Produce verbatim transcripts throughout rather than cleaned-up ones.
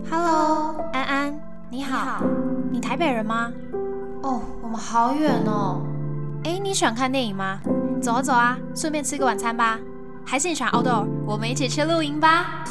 Hello， 安安，你好。 你好， 你台北人吗？ 哦，我们好远哦。 哎，你喜欢看电影吗？走啊走啊，顺便吃个晚餐吧。还是你喜欢 outdoor？ 我们一起去露营吧。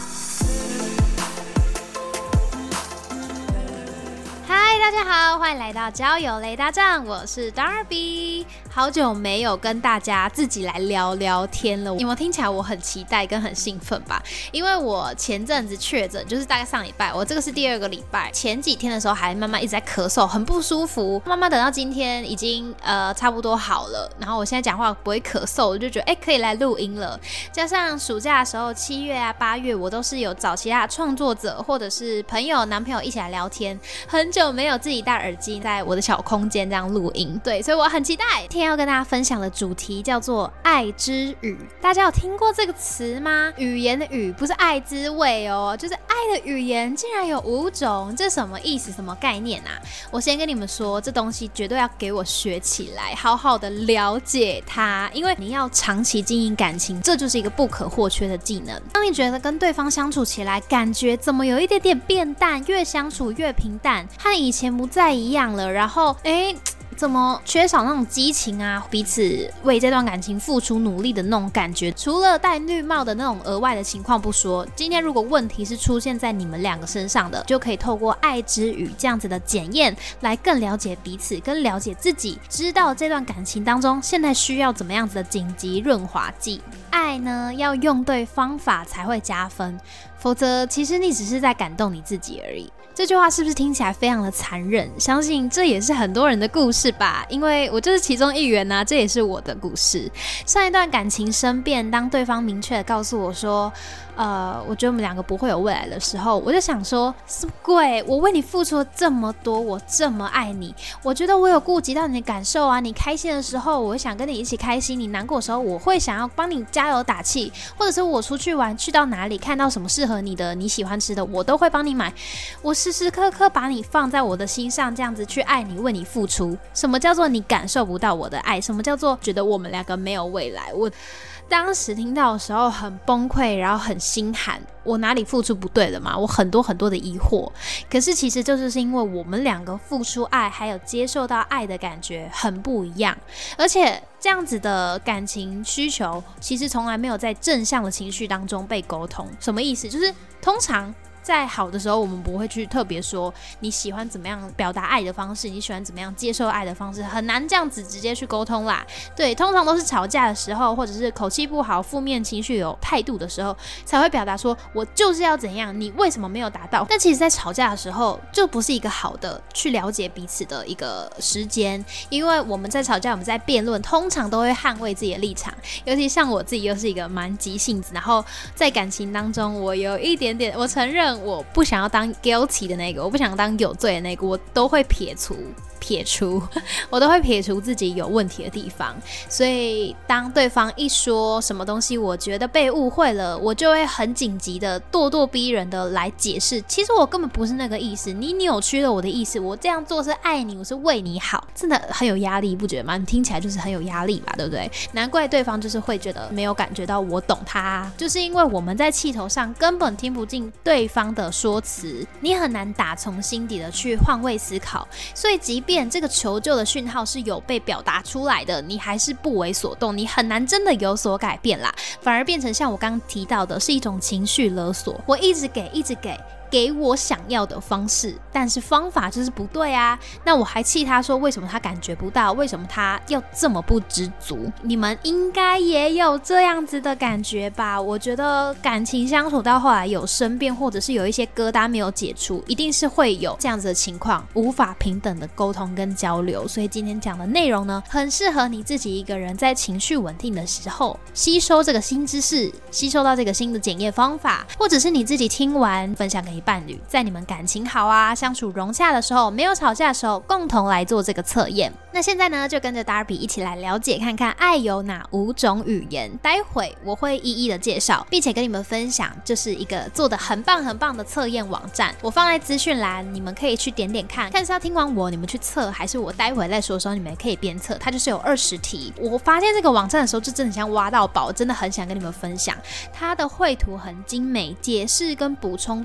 嗨，大家好，欢迎来到交友雷达站，我是 Darby。好久没有跟大家自己来聊聊天了，有没有听起来我很期待跟很兴奋吧？因为我前阵子确诊，就是大概上礼拜，我这个是第二个礼拜，前几天的时候还慢慢一直在咳嗽，很不舒服，慢慢等到今天已经呃差不多好了，然后我现在讲话不会咳嗽，我就觉得哎可以来录音了。加上暑假的时候，七月啊八月，我都是有找其他创作者或者是朋友、男朋友一起来聊天，很久没有自己戴耳机在我的小空间这样录音，对，所以我很期待。今天要跟大家分享的主题叫做爱之语，大家有听过这个词吗？语言的语不是爱滋味哦，就是爱的语言竟然有五种，这什么意思？什么概念啊？我先跟你们说，这东西绝对要给我学起来，好好的了解它，因为你要长期经营感情，这就是一个不可或缺的技能。当你觉得跟对方相处起来，感觉怎么有一点点变淡，越相处越平淡，和以前不再一样了，然后哎。怎么缺少那种激情啊，彼此为这段感情付出努力的那种感觉，除了戴绿帽的那种额外的情况不说，今天如果问题是出现在你们两个身上的，就可以透过爱之语这样子的检验来更了解彼此，更了解自己，知道这段感情当中现在需要怎么样子的紧急润滑剂。爱呢要用对方法才会加分，否则其实你只是在感动你自己而已。这句话是不是听起来非常的残忍？相信这也是很多人的故事吧，因为我就是其中一员啊，这也是我的故事。上一段感情生变，当对方明确的告诉我说呃，我觉得我们两个不会有未来的时候，我就想说什么鬼？我为你付出了这么多，我这么爱你，我觉得我有顾及到你的感受啊，你开心的时候我会想跟你一起开心，你难过的时候我会想要帮你加油打气，或者是我出去玩去到哪里看到什么适合你的你喜欢吃的我都会帮你买，我时时刻刻把你放在我的心上，这样子去爱你，为你付出。什么叫做你感受不到我的爱？什么叫做觉得我们两个没有未来？我当时听到的时候很崩溃，然后很心寒，我哪里付出不对了吗？我很多很多的疑惑。可是其实这就是因为我们两个付出爱还有接受到爱的感觉很不一样，而且这样子的感情需求其实从来没有在正向的情绪当中被沟通。什么意思？就是通常在好的时候，我们不会去特别说你喜欢怎么样表达爱的方式，你喜欢怎么样接受爱的方式，很难这样子直接去沟通啦。对，通常都是吵架的时候，或者是口气不好、负面情绪有态度的时候，才会表达说我就是要怎样，你为什么没有达到？但其实在吵架的时候，就不是一个好的去了解彼此的一个时间，因为我们在吵架，我们在辩论，通常都会捍卫自己的立场。尤其像我自己又是一个蛮急性子，然后在感情当中，我有一点点，我承认我不想要当 guilty 的那个，我不想当有罪的那个，我都会撇除撇除我都会撇除自己有问题的地方。所以当对方一说什么东西我觉得被误会了，我就会很紧急的咄咄逼人的来解释，其实我根本不是那个意思，你扭曲了我的意思，我这样做是爱你，我是为你好。真的很有压力，不觉得吗？你听起来就是很有压力吧，对不对？难怪对方就是会觉得没有感觉到我懂他，就是因为我们在气头上根本听不进对方的说辞，你很难打从心底的去换位思考。所以即便这个求救的讯号是有被表达出来的，你还是不为所动，你很难真的有所改变啦，反而变成像我刚刚提到的是一种情绪勒索，我一直给一直给给我想要的方式，但是方法就是不对啊。那我还气他说为什么他感觉不到，为什么他要这么不知足。你们应该也有这样子的感觉吧？我觉得感情相处到后来有生变，或者是有一些疙瘩没有解除，一定是会有这样子的情况，无法平等的沟通跟交流。所以今天讲的内容呢，很适合你自己一个人在情绪稳定的时候吸收这个新知识，吸收到这个新的检验方法，或者是你自己听完分享给伴侣，在你们感情好啊，相处融洽的时候，没有吵架的时候，共同来做这个测验。那现在呢，就跟着 Darby 一起来了解看看爱有哪五种语言。待会我会一一的介绍，并且跟你们分享，这是一个做的很棒很棒的测验网站，我放在资讯栏，你们可以去点点看，看是要听完我你们去测，还是我待会再说的时候你们可以边测。它就是有二十题，我发现这个网站的时候就真的像挖到宝，真的很想跟你们分享。它的绘图很精美，解释跟补充都很多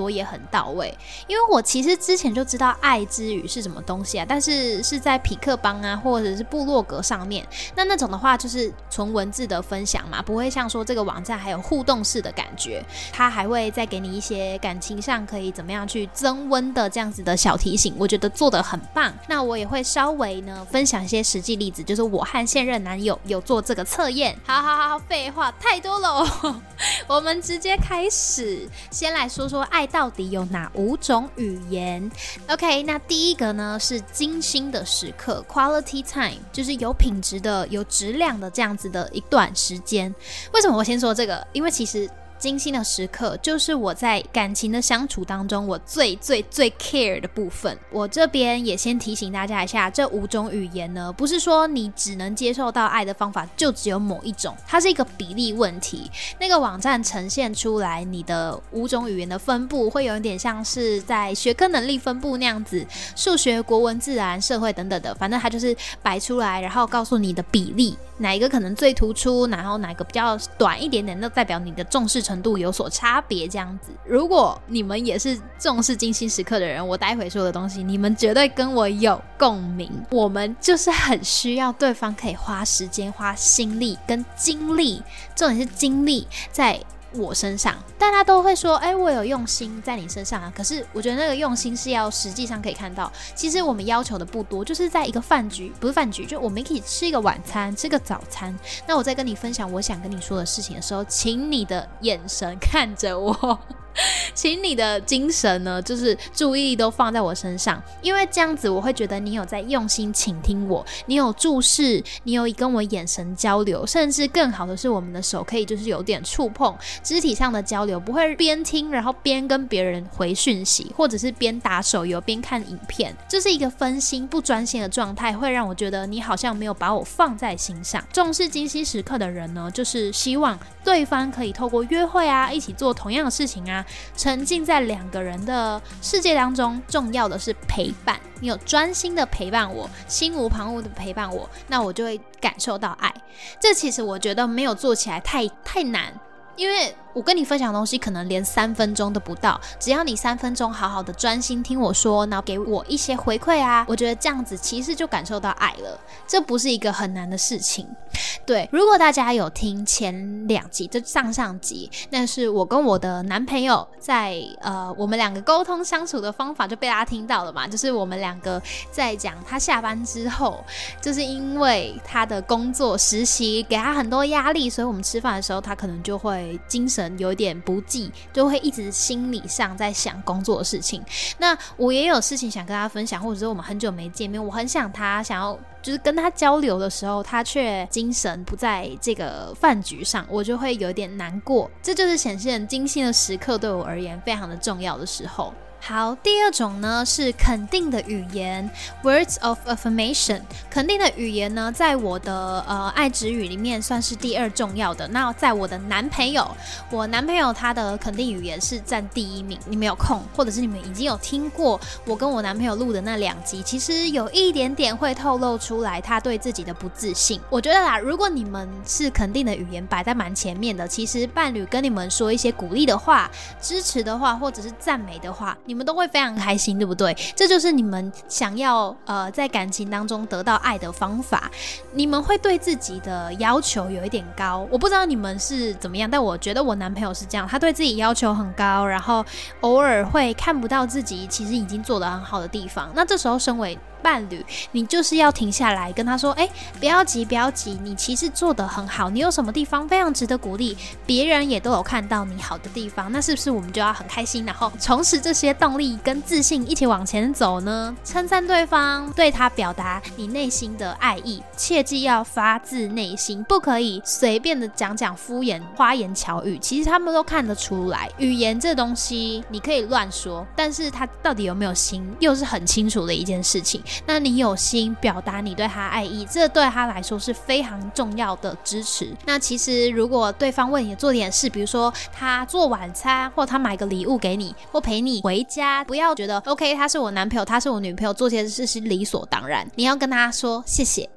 多也很到位。因为我其实之前就知道爱之语是什么东西啊，但是是在痞客邦啊或者是部落格上面，那那种的话就是纯文字的分享嘛，不会像说这个网站还有互动式的感觉，它还会再给你一些感情上可以怎么样去增温的这样子的小提醒，我觉得做得很棒。那我也会稍微呢分享一些实际例子，就是我和现任男友有做这个测验。好好好，废话太多了我们直接开始，先来说说爱到底有哪五种语言。 OK， 那第一个呢是精心的时刻 Quality time， 就是有品质的有质量的这样子的一段时间。为什么我先说这个？因为其实精心的时刻就是我在感情的相处当中我最最最 care 的部分。我这边也先提醒大家一下，这五种语言呢，不是说你只能接受到爱的方法就只有某一种，它是一个比例问题。那个网站呈现出来你的五种语言的分布会有一点像是在学科能力分布那样子，数学、国文、自然、社会等等的，反正它就是摆出来，然后告诉你的比例，哪一个可能最突出，然后哪一个比较短一点点，那代表你的重视程度有所差别这样子。如果你们也是重视精心时刻的人，我待会说的东西你们绝对跟我有共鸣。我们就是很需要对方可以花时间、花心力跟精力，重点是精力在我身上。大家都会说哎、欸，我有用心在你身上啊，可是我觉得那个用心是要实际上可以看到。其实我们要求的不多，就是在一个饭局，不是饭局，就我们可以吃一个晚餐，吃个早餐，那我在跟你分享我想跟你说的事情的时候，请你的眼神看着我请你的精神呢，就是注意力都放在我身上，因为这样子我会觉得你有在用心倾听我，你有注视，你有跟我眼神交流，甚至更好的是我们的手可以就是有点触碰，肢体上的交流，不会边听然后边跟别人回讯息，或者是边打手游边看影片，这是一个分心不专心的状态，会让我觉得你好像没有把我放在心上。重视精心时刻的人呢，就是希望对方可以透过约会啊，一起做同样的事情啊，沉浸在两个人的世界当中。重要的是陪伴，你有专心的陪伴我，心无旁骛的陪伴我，那我就会感受到爱。这其实我觉得没有做起来太太难，因为我跟你分享的东西可能连三分钟都不到，只要你三分钟好好的专心听我说，然后给我一些回馈啊，我觉得这样子其实就感受到爱了，这不是一个很难的事情。对，如果大家有听前两集，就上上集，那是我跟我的男朋友在呃我们两个沟通相处的方法就被大家听到了嘛，就是我们两个在讲他下班之后，就是因为他的工作实习给他很多压力，所以我们吃饭的时候他可能就会精神有一点不济，就会一直心理上在想工作的事情。那我也有事情想跟他分享，或者是我们很久没见面，我很想他想要就是跟他交流的时候，他却精神不在这个饭局上，我就会有点难过。这就是显现精心的时刻对我而言非常的重要的时候。好，第二种呢是肯定的语言 Words of affirmation。 肯定的语言呢在我的呃爱之语里面算是第二重要的。那在我的男朋友，我男朋友他的肯定语言是占第一名。你们有空或者是你们已经有听过我跟我男朋友录的那两集，其实有一点点会透露出来他对自己的不自信。我觉得啦，如果你们是肯定的语言摆在蛮前面的，其实伴侣跟你们说一些鼓励的话、支持的话或者是赞美的话，你们都会非常开心，对不对？这就是你们想要呃在感情当中得到爱的方法。你们会对自己的要求有一点高，我不知道你们是怎么样，但我觉得我男朋友是这样，他对自己要求很高，然后偶尔会看不到自己其实已经做得很好的地方。那这时候身为伴侣，你就是要停下来跟他说，哎，不要急不要急，你其实做得很好，你有什么地方非常值得鼓励，别人也都有看到你好的地方，那是不是我们就要很开心，然后重拾这些动力跟自信，一起往前走呢？称赞对方，对他表达你内心的爱意，切记要发自内心，不可以随便的讲讲敷衍花言巧语，其实他们都看得出来。语言这东西你可以乱说，但是他到底有没有心又是很清楚的一件事情。那你有心表达你对他爱意，这对他来说是非常重要的支持。那其实如果对方为你做点事，比如说他做晚餐，或他买个礼物给你，或陪你回家，不要觉得 OK 他是我男朋友他是我女朋友，做些事是理所当然，你要跟他说谢谢，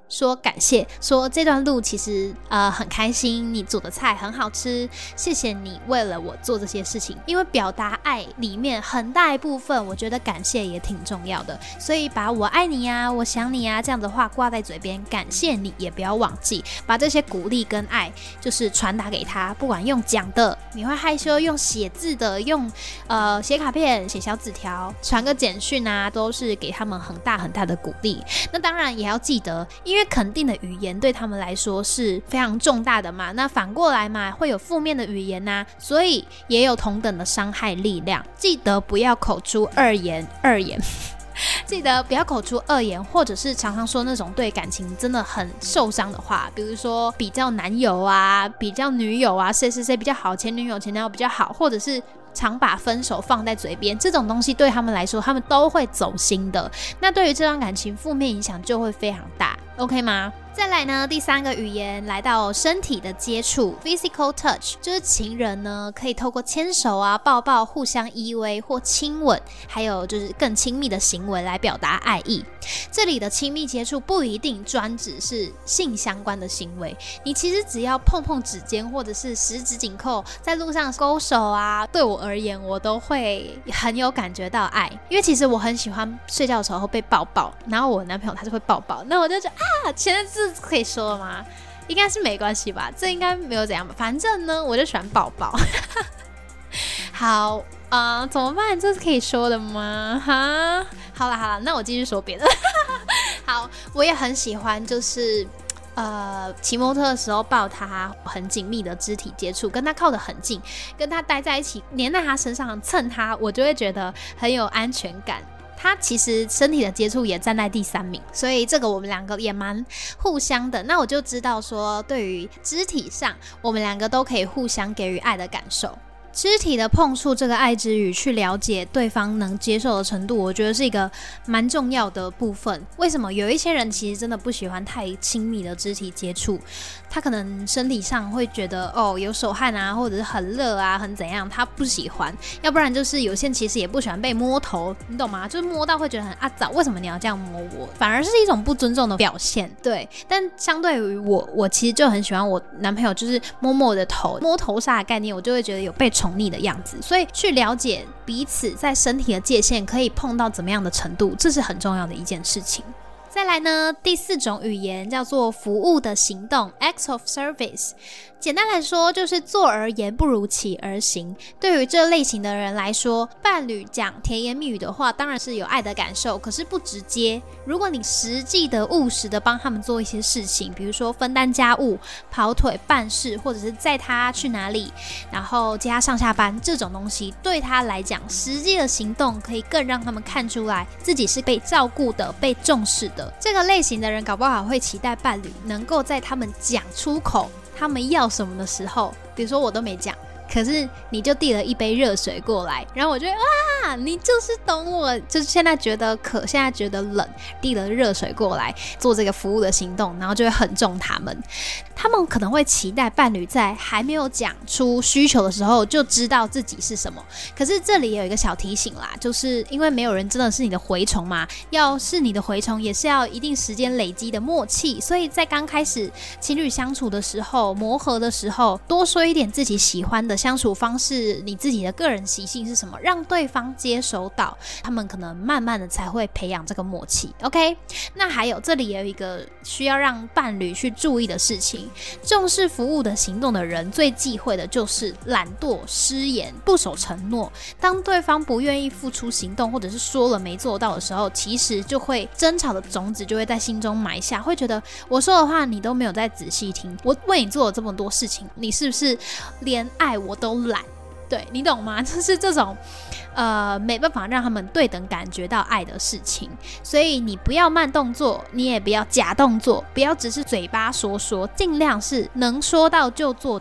说感谢，说这段路其实呃很开心，你煮的菜很好吃，谢谢你为了我做这些事情。因为表达爱里面很大一部分，我觉得感谢也挺重要的，所以把我爱你啊，我想你啊这样的话挂在嘴边，感谢你也不要忘记，把这些鼓励跟爱就是传达给他，不管用讲的，你会害羞，用写字的，用呃写卡片、写小纸条、传个简讯啊，都是给他们很大很大的鼓励。那当然也要记得，因为肯定的语言对他们来说是非常重大的嘛，那反过来嘛，会有负面的语言啊，所以也有同等的伤害力量。记得不要口出恶言，恶言记得不要口出恶言，或者是常常说那种对感情真的很受伤的话，比如说比较男友啊，比较女友啊，谁谁谁比较好，前女友前男友比较好，或者是常把分手放在嘴边，这种东西对他们来说他们都会走心的，那对于这段感情负面影响就会非常大， OK 吗？再来呢，第三个语言来到身体的接触 physical touch， 就是情人呢可以透过牵手啊、抱抱、互相依偎或亲吻，还有就是更亲密的行为来表达爱意。这里的亲密接触不一定专指是性相关的行为，你其实只要碰碰指尖或者是十指紧扣，在路上勾手啊，对我而言我都会很有感觉到爱。因为其实我很喜欢睡觉的时候被抱抱，然后我男朋友他就会抱抱，那我就觉得啊，前阵子可以说了吗？应该是没关系吧，这应该没有怎样吧，反正呢我就喜欢抱抱好啊、呃，怎么办？这是可以说的吗？哈，好啦好啦，那我继续说别的好，我也很喜欢就是呃，骑摩托的时候抱他，很紧密的肢体接触，跟他靠得很近，跟他待在一起，黏在他身上蹭他，我就会觉得很有安全感。他其实身体的接触也站在第三名，所以这个我们两个也蛮互相的。那我就知道说，对于肢体上，我们两个都可以互相给予爱的感受。肢体的碰触这个爱之语，去了解对方能接受的程度，我觉得是一个蛮重要的部分。为什么？有一些人其实真的不喜欢太亲密的肢体接触，他可能身体上会觉得哦有手汗啊，或者是很热啊，很怎样，他不喜欢。要不然就是有些人其实也不喜欢被摸头，你懂吗？就是摸到会觉得很阿杂，为什么你要这样摸我？反而是一种不尊重的表现。对，但相对于我，我其实就很喜欢我男朋友就是摸摸我的头，摸头杀的概念，我就会觉得有被宠溺的样子。所以去了解彼此在身体的界限可以碰到怎么样的程度，这是很重要的一件事情。再来呢，第四种语言叫做服务的行动 acts of service。 简单来说就是坐而言不如起而行。对于这类型的人来说，伴侣讲甜言蜜语的话当然是有爱的感受，可是不直接。如果你实际的务实的帮他们做一些事情，比如说分担家务、跑腿办事，或者是载他去哪里，然后接他上下班，这种东西对他来讲，实际的行动可以更让他们看出来自己是被照顾的、被重视的。这个类型的人搞不好会期待伴侣能够在他们讲出口他们要什么的时候，比如说我都没讲，可是你就递了一杯热水过来，然后我就哇，你就是懂我，就是现在觉得渴，现在觉得冷，递了热水过来做这个服务的行动，然后就会很重他们。他们可能会期待伴侣在还没有讲出需求的时候就知道自己是什么。可是这里有一个小提醒啦，就是因为没有人真的是你的蛔虫嘛，要是你的蛔虫也是要一定时间累积的默契，所以在刚开始情侣相处的时候，磨合的时候，多说一点自己喜欢的相处方式，你自己的个人习性是什么，让对方接收到，他们可能慢慢的才会培养这个默契。 OK， 那还有这里也有一个需要让伴侣去注意的事情，重视服务的行动的人最忌讳的就是懒惰、失言、不守承诺。当对方不愿意付出行动，或者是说了没做到的时候，其实就会争吵的种子就会在心中埋下，会觉得我说的话你都没有在仔细听，我为你做了这么多事情，你是不是连爱我都懒？对，你懂吗？就是这种呃，没办法让他们对等感觉到爱的事情。所以你不要慢动作，你也不要假动作，不要只是嘴巴说说，尽量是能说到就做到，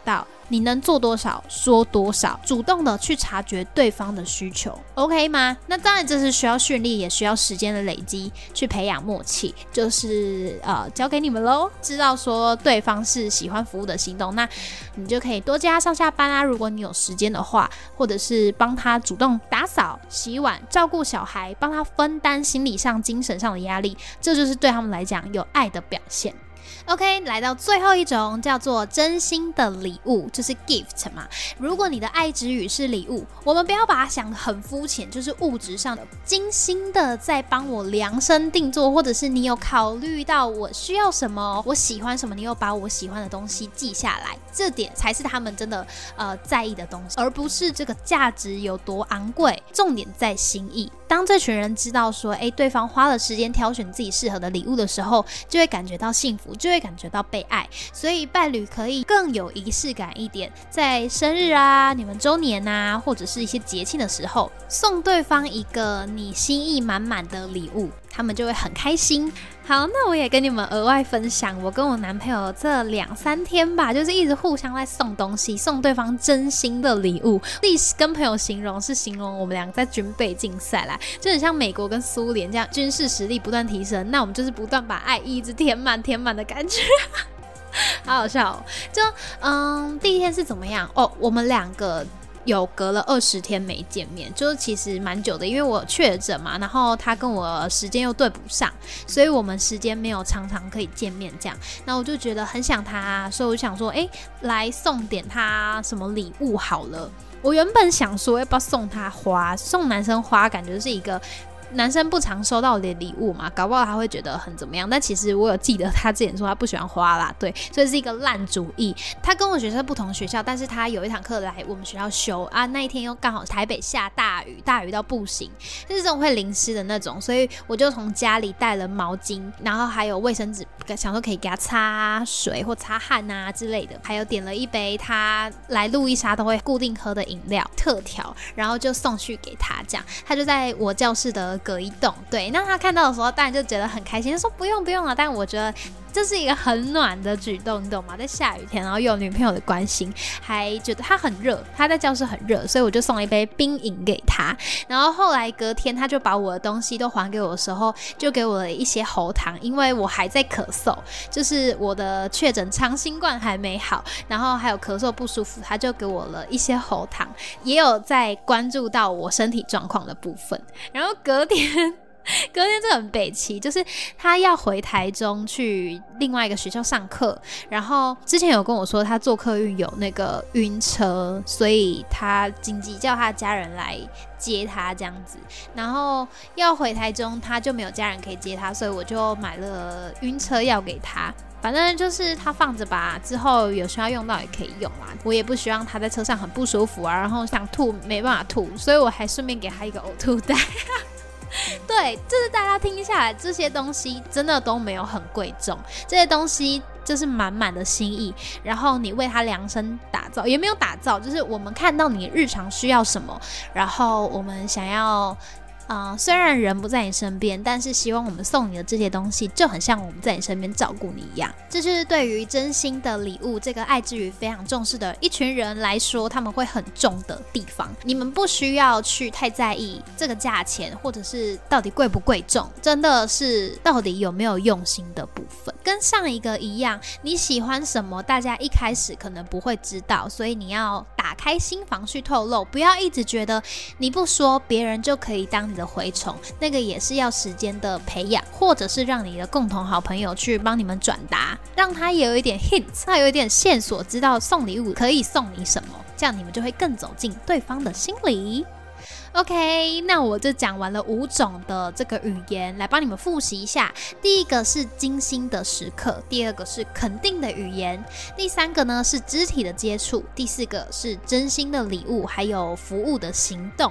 你能做多少说多少，主动的去察觉对方的需求 OK 吗？那当然这是需要训练也需要时间的累积去培养默契，就是呃交给你们咯，知道说对方是喜欢服务的行动，那你就可以多接他上下班啊，如果你有时间的话，或者是帮他主动打扫洗碗照顾小孩，帮他分担心理上精神上的压力，这就是对他们来讲有爱的表现。OK， 来到最后一种叫做真心的礼物，就是 gift 嘛。如果你的爱之语是礼物，我们不要把它想得很肤浅，就是物质上的，精心的在帮我量身定做，或者是你有考虑到我需要什么，我喜欢什么，你有把我喜欢的东西记下来，这点才是他们真的呃在意的东西，而不是这个价值有多昂贵，重点在心意。当这群人知道说，哎，对方花了时间挑选自己适合的礼物的时候，就会感觉到幸福，就会感觉到被爱。所以伴侣可以更有仪式感一点，在生日啊、你们周年啊，或者是一些节庆的时候，送对方一个你心意满满的礼物，他们就会很开心。好，那我也跟你们额外分享，我跟我男朋友这两三天吧，就是一直互相在送东西，送对方真心的礼物。自己跟朋友形容是形容我们两个在军备竞赛啦，就很像美国跟苏联这样，军事实力不断提升，那我们就是不断把爱一直填满填满的感觉。好好笑哦。就嗯，第一天是怎么样哦？我们两个有隔了二十天没见面，就是其实蛮久的，因为我确诊嘛，然后他跟我时间又对不上，所以我们时间没有常常可以见面这样。那我就觉得很想他，所以我就想说，哎，来送点他什么礼物好了。我原本想说要不要送他花，送男生花感觉是一个男生不常收到的礼物嘛，搞不好他会觉得很怎么样，但其实我有记得他之前说他不喜欢花啦，对，所以是一个烂主意。他跟我学校不同学校，但是他有一堂课来我们学校修啊，那一天又刚好台北下大雨，大雨到不行，就是这种会淋湿的那种，所以我就从家里带了毛巾，然后还有卫生纸，想说可以给他擦水或擦汗啊之类的，还有点了一杯他来路易莎都会固定喝的饮料特调，然后就送去给他，这样他就在我教室的隔一栋，对，那他看到的时候当然就觉得很开心，就说不用不用了，但我觉得这是一个很暖的举动，你懂吗？在下雨天，然后又有女朋友的关心，还觉得他很热，他在教室很热，所以我就送了一杯冰饮给他。然后后来隔天他就把我的东西都还给我的时候，就给我了一些喉糖，因为我还在咳嗽，就是我的确诊长新冠还没好，然后还有咳嗽不舒服，他就给我了一些喉糖，也有在关注到我身体状况的部分。然后隔天隔天这很北七，就是他要回台中去另外一个学校上课，然后之前有跟我说他坐客运有那个晕车，所以他紧急叫他家人来接他这样子，然后要回台中他就没有家人可以接他，所以我就买了晕车药给他。反正就是他放着吧，之后有需要用到也可以用啦。我也不希望他在车上很不舒服啊，然后想吐没办法吐，所以我还顺便给他一个呕吐袋。对，就是大家听下来，这些东西真的都没有很贵重，这些东西就是满满的心意，然后你为他量身打造，也没有打造，就是我们看到你日常需要什么，然后我们想要Uh, 虽然人不在你身边，但是希望我们送你的这些东西就很像我们在你身边照顾你一样。这就是对于真心的礼物这个爱之语非常重视的一群人来说，他们会很重的地方。你们不需要去太在意这个价钱，或者是到底贵不贵重，真的是到底有没有用心的部分。跟上一个一样，你喜欢什么大家一开始可能不会知道，所以你要打开心房去透露，不要一直觉得你不说别人就可以当你的蛔虫，那个也是要时间的培养，或者是让你的共同好朋友去帮你们转达，让他也有一点 hint， 他有一点线索，知道送礼物可以送你什么，这样你们就会更走进对方的心里。OK， 那我就讲完了五种的这个语言，来帮你们复习一下。第一个是精心的时刻，第二个是肯定的语言，第三个呢是肢体的接触，第四个是真心的礼物，还有服务的行动。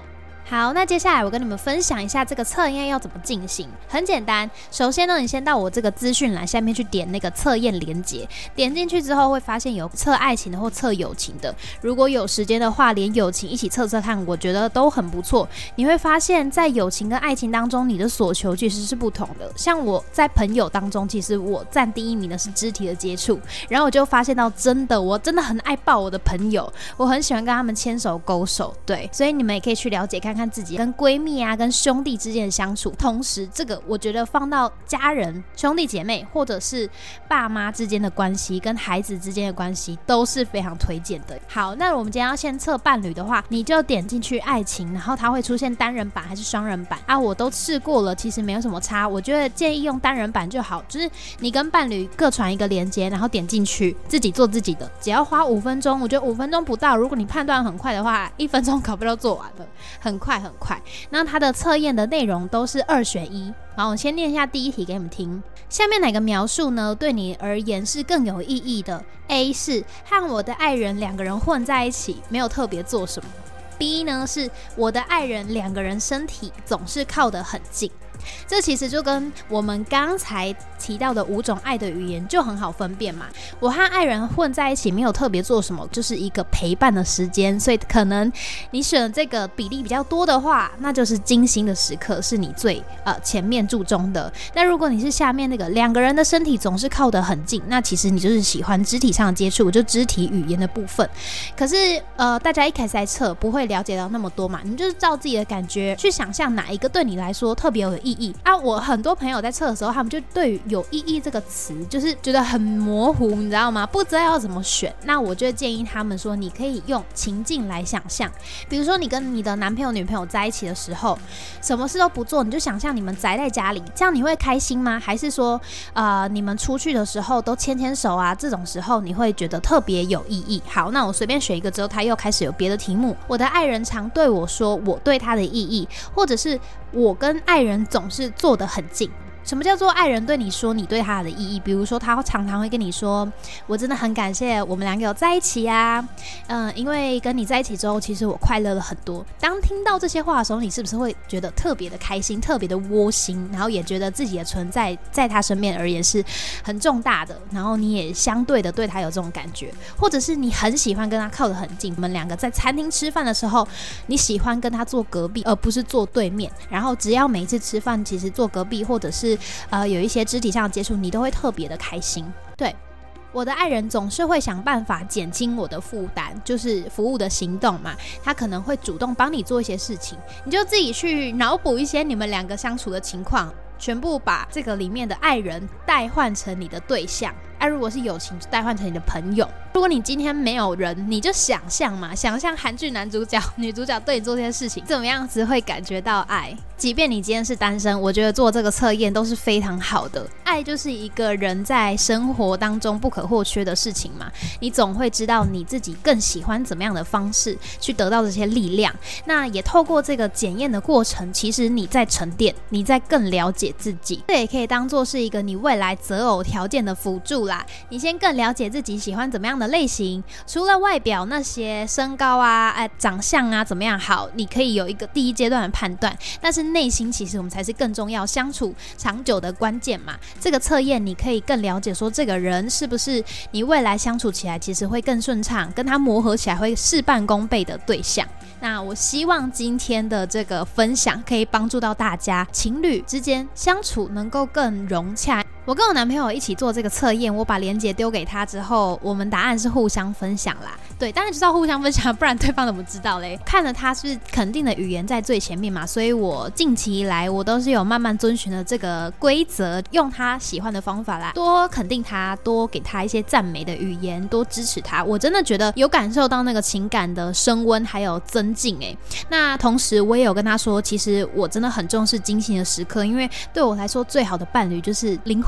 好，那接下来我跟你们分享一下这个测验要怎么进行。很简单，首先呢，你先到我这个资讯栏下面去点那个测验连结，点进去之后会发现有测爱情的或测友情的。如果有时间的话，连友情一起测测看，我觉得都很不错。你会发现在友情跟爱情当中，你的所求其实是不同的。像我在朋友当中，其实我占第一名的是肢体的接触，然后我就发现到真的，我真的很爱抱我的朋友，我很喜欢跟他们牵手勾手，对，所以你们也可以去了解看看自己跟闺蜜啊、跟兄弟之间的相处。同时，这个我觉得放到家人、兄弟姐妹，或者是爸妈之间的关系、跟孩子之间的关系，都是非常推荐的。好，那我们今天要先测伴侣的话，你就点进去爱情，然后它会出现单人版还是双人版啊？我都试过了，其实没有什么差。我觉得建议用单人版就好，就是你跟伴侣各传一个连结，然后点进去，自己做自己的，只要花五分钟。我觉得五分钟不到，如果你判断很快的话，一分钟搞不都做完了，很快很快。那它的测验的内容都是二选一。好，我先念一下第一题给你们听。下面哪个描述呢，对你而言是更有意义的？ A 是和我的爱人两个人混在一起，没有特别做什么。 B 呢是我的爱人两个人身体总是靠得很近。这其实就跟我们刚才提到的五种爱的语言就很好分辨嘛。我和爱人混在一起没有特别做什么，就是一个陪伴的时间，所以可能你选的这个比例比较多的话，那就是精心的时刻是你最呃前面注重的。那如果你是下面那个两个人的身体总是靠得很近，那其实你就是喜欢肢体上的接触，就肢体语言的部分。可是呃大家一开始在测不会了解到那么多嘛，你就是照自己的感觉去想象哪一个对你来说特别有意义啊。我很多朋友在测的时候，他们就对于有意义这个词就是觉得很模糊，你知道吗？不知道要怎么选。那我就建议他们说，你可以用情境来想象，比如说你跟你的男朋友女朋友在一起的时候，什么事都不做，你就想象你们宅在家里，这样你会开心吗？还是说呃你们出去的时候都牵牵手啊，这种时候你会觉得特别有意义？好，那我随便选一个之后，他又开始有别的题目。我的爱人常对我说我对他的意义，或者是我跟爱人总是坐得很近。什么叫做爱人对你说你对他的意义？比如说他常常会跟你说，我真的很感谢我们两个有在一起啊，嗯，因为跟你在一起之后，其实我快乐了很多。当听到这些话的时候，你是不是会觉得特别的开心，特别的窝心，然后也觉得自己的存在在他身边而言是很重大的，然后你也相对的对他有这种感觉。或者是你很喜欢跟他靠得很近，你们两个在餐厅吃饭的时候，你喜欢跟他坐隔壁而不是坐对面，然后只要每一次吃饭其实坐隔壁或者是呃，有一些肢体上的接触，你都会特别的开心。对，我的爱人总是会想办法减轻我的负担，就是服务的行动嘛，他可能会主动帮你做一些事情，你就自己去脑补一些你们两个相处的情况，全部把这个里面的爱人代换成你的对象。啊，如果是友情，就代换成你的朋友。如果你今天没有人，你就想象嘛，想象韩剧男主角、女主角对你做这些事情，怎么样子会感觉到爱？即便你今天是单身，我觉得做这个测验都是非常好的。爱就是一个人在生活当中不可或缺的事情嘛，你总会知道你自己更喜欢怎么样的方式去得到这些力量。那也透过这个检验的过程，其实你在沉淀，你在更了解自己。这也可以当作是一个你未来择偶条件的辅助啦。你先更了解自己喜欢怎么样的类型，除了外表那些身高啊、哎、长相啊怎么样好，你可以有一个第一阶段的判断，但是内心其实我们才是更重要，相处长久的关键嘛。这个测验你可以更了解说这个人是不是你未来相处起来其实会更顺畅，跟他磨合起来会事半功倍的对象。那我希望今天的这个分享可以帮助到大家，情侣之间相处能够更融洽。我跟我男朋友一起做这个测验，我把连结丢给他之后，我们答案是互相分享啦。对，当然就是要互相分享，不然对方怎么知道嘞？看了他是肯定的语言在最前面嘛，所以我近期以来我都是有慢慢遵循的这个规则，用他喜欢的方法啦，多肯定他，多给他一些赞美的语言，多支持他。我真的觉得有感受到那个情感的升温还有增进欸。那同时我也有跟他说，其实我真的很重视精心的时刻，因为对我来说最好的伴侣就是灵魂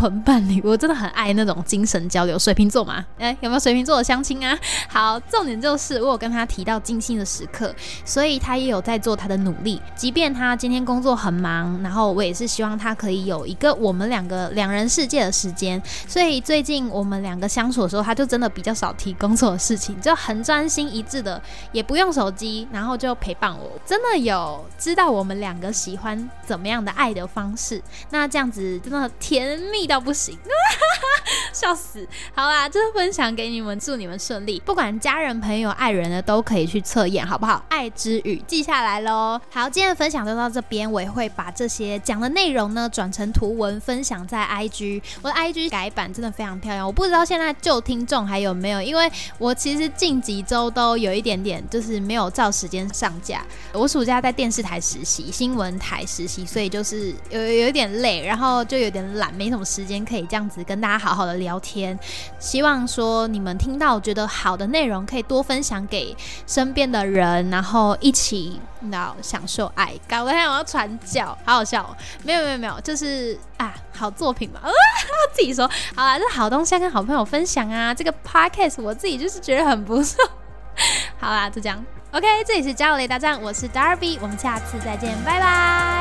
魂伴侣，我真的很爱那种精神交流。水瓶座嘛，哎、欸，有没有水瓶座的相亲啊？好，重点就是我有跟他提到精心的时刻，所以他也有在做他的努力。即便他今天工作很忙，然后我也是希望他可以有一个我们两个两人世界的时间。所以最近我们两个相处的时候，他就真的比较少提工作的事情，就很专心一致的，也不用手机，然后就陪伴我。真的有知道我们两个喜欢怎么样的爱的方式，那这样子真的甜蜜到不行。笑死。好啦，就是分享给你们，祝你们顺利，不管家人朋友爱人的都可以去测验，好不好？爱之语记下来咯。好，今天的分享就到这边，我也会把这些讲的内容呢转成图文分享在 I G。 我的 I G 改版真的非常漂亮，我不知道现在旧听众还有没有，因为我其实近几周都有一点点就是没有照时间上架。我暑假在电视台实习，新闻台实习，所以就是有有一点累，然后就有点懒，没什么时间可以这样子跟大家好好的聊天。希望说你们听到觉得好的内容可以多分享给身边的人，然后一起你知道享受爱。搞得像我要传教，好好笑哦。没有没有没有，就是啊好作品嘛，啊自己说好啦，这好东西要跟好朋友分享啊。这个 podcast 我自己就是觉得很不错。好啦，就这样 OK， 这里是交友雷达站，我是 Darby， 我们下次再见，拜拜。